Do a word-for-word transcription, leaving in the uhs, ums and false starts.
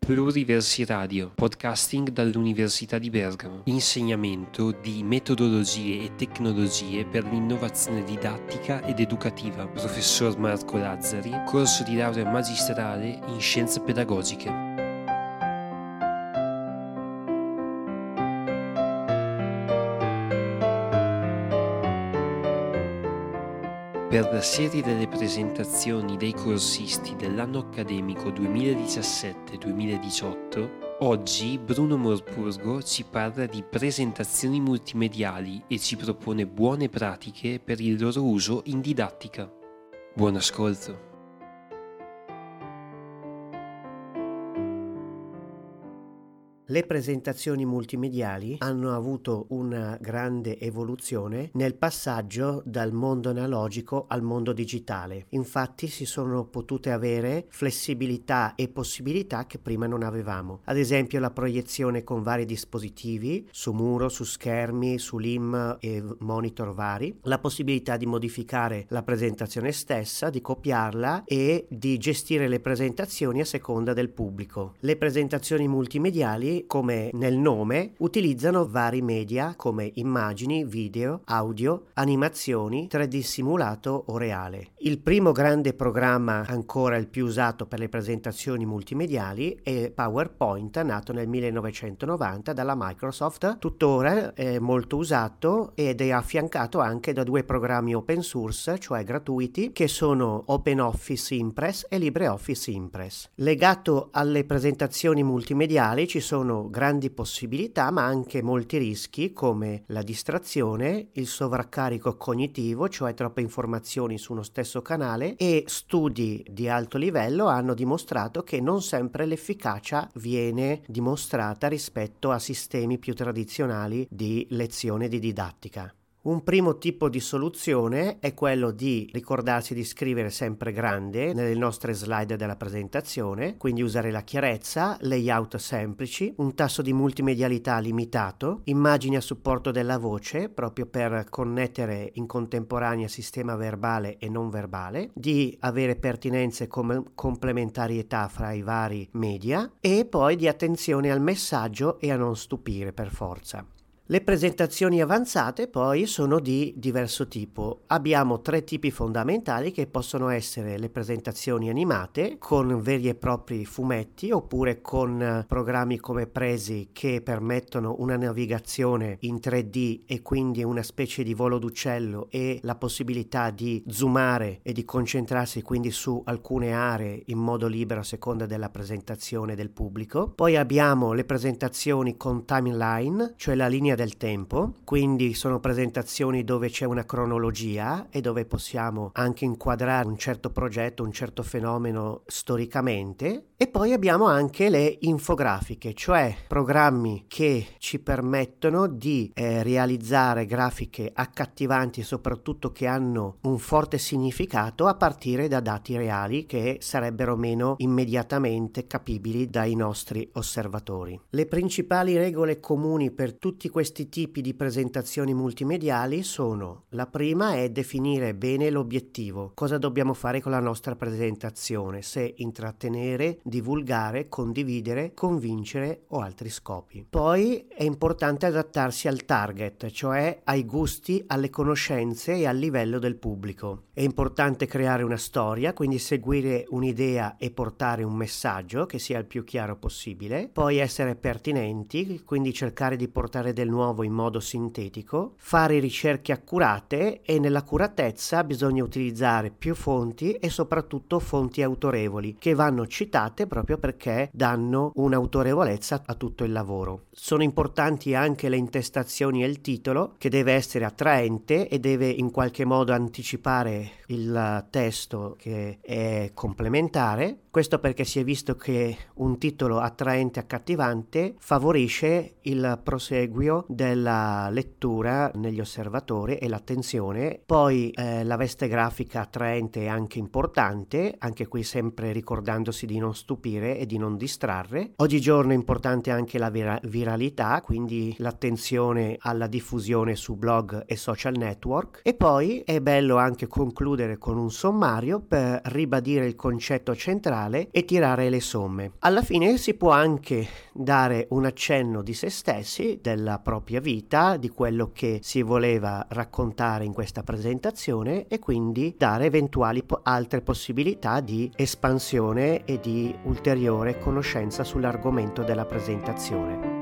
Pluriversi Radio, podcasting dall'Università di Bergamo. Insegnamento di metodologie e tecnologie per l'innovazione didattica ed educativa. Professor Marco Lazzari, corso di laurea magistrale in scienze pedagogiche. Per la serie delle presentazioni dei corsisti dell'anno accademico duemiladiciassette duemiladiciotto, oggi Bruno Morpurgo ci parla di presentazioni multimediali e ci propone buone pratiche per il loro uso in didattica. Buon ascolto! Le presentazioni multimediali hanno avuto una grande evoluzione nel passaggio dal mondo analogico al mondo digitale. Infatti si sono potute avere flessibilità e possibilità che prima non avevamo. Ad esempio la proiezione con vari dispositivi, su muro, su schermi, su L I M e monitor vari, la possibilità di modificare la presentazione stessa, di copiarla e di gestire le presentazioni a seconda del pubblico. Le presentazioni multimediali, come nel nome, utilizzano vari media come immagini, video, audio, animazioni, tre D simulato o reale. Il primo grande programma, ancora il più usato per le presentazioni multimediali, è PowerPoint, nato nel millenovecentonovanta dalla Microsoft, tuttora è molto usato ed è affiancato anche da due programmi open source, cioè gratuiti, che sono OpenOffice Impress e LibreOffice Impress. Legato alle presentazioni multimediali ci sono grandi possibilità ma anche molti rischi, come la distrazione, il sovraccarico cognitivo, cioè troppe informazioni su uno stesso canale, e studi di alto livello hanno dimostrato che non sempre l'efficacia viene dimostrata rispetto a sistemi più tradizionali di lezione di didattica. Un primo tipo di soluzione è quello di ricordarsi di scrivere sempre grande nelle nostre slide della presentazione, quindi usare la chiarezza, layout semplici, un tasso di multimedialità limitato, immagini a supporto della voce proprio per connettere in contemporanea sistema verbale e non verbale, di avere pertinenze come complementarietà fra i vari media e poi di attenzione al messaggio e a non stupire per forza. Le presentazioni avanzate poi sono di diverso tipo. Abbiamo tre tipi fondamentali che possono essere le presentazioni animate con veri e propri fumetti oppure con programmi come Prezi che permettono una navigazione in tre D e quindi una specie di volo d'uccello e la possibilità di zoomare e di concentrarsi quindi su alcune aree in modo libero a seconda della presentazione del pubblico. Poi abbiamo le presentazioni con timeline, cioè la linea del tempo, quindi sono presentazioni dove c'è una cronologia e dove possiamo anche inquadrare un certo progetto, un certo fenomeno storicamente. E poi abbiamo anche le infografiche, cioè programmi che ci permettono di eh, realizzare grafiche accattivanti e soprattutto che hanno un forte significato a partire da dati reali che sarebbero meno immediatamente capibili dai nostri osservatori. Le principali regole comuni per tutti questi tipi di presentazioni multimediali sono: la prima è definire bene l'obiettivo, cosa dobbiamo fare con la nostra presentazione, se intrattenere, divulgare, condividere, convincere o altri scopi. Poi è importante adattarsi al target, cioè ai gusti, alle conoscenze e al livello del pubblico. È importante creare una storia, quindi seguire un'idea e portare un messaggio che sia il più chiaro possibile. Poi essere pertinenti, quindi cercare di portare del nuovo in modo sintetico, fare ricerche accurate e nell'accuratezza bisogna utilizzare più fonti e soprattutto fonti autorevoli che vanno citate proprio perché danno un'autorevolezza a tutto il lavoro. Sono importanti anche le intestazioni e il titolo, che deve essere attraente e deve in qualche modo anticipare il testo che è complementare. Questo perché si è visto che un titolo attraente e accattivante favorisce il proseguio della lettura negli osservatori e l'attenzione. Poi eh, la veste grafica attraente è anche importante, anche qui sempre ricordandosi di non stupire e di non distrarre. Oggigiorno è importante anche la vira- viralità, quindi l'attenzione alla diffusione su blog e social network. E poi è bello anche concludere con un sommario per ribadire il concetto centrale e tirare le somme. Alla fine si può anche dare un accenno di se stessi, della propria vita, di quello che si voleva raccontare in questa presentazione e quindi dare eventuali po- altre possibilità di espansione e di ulteriore conoscenza sull'argomento della presentazione.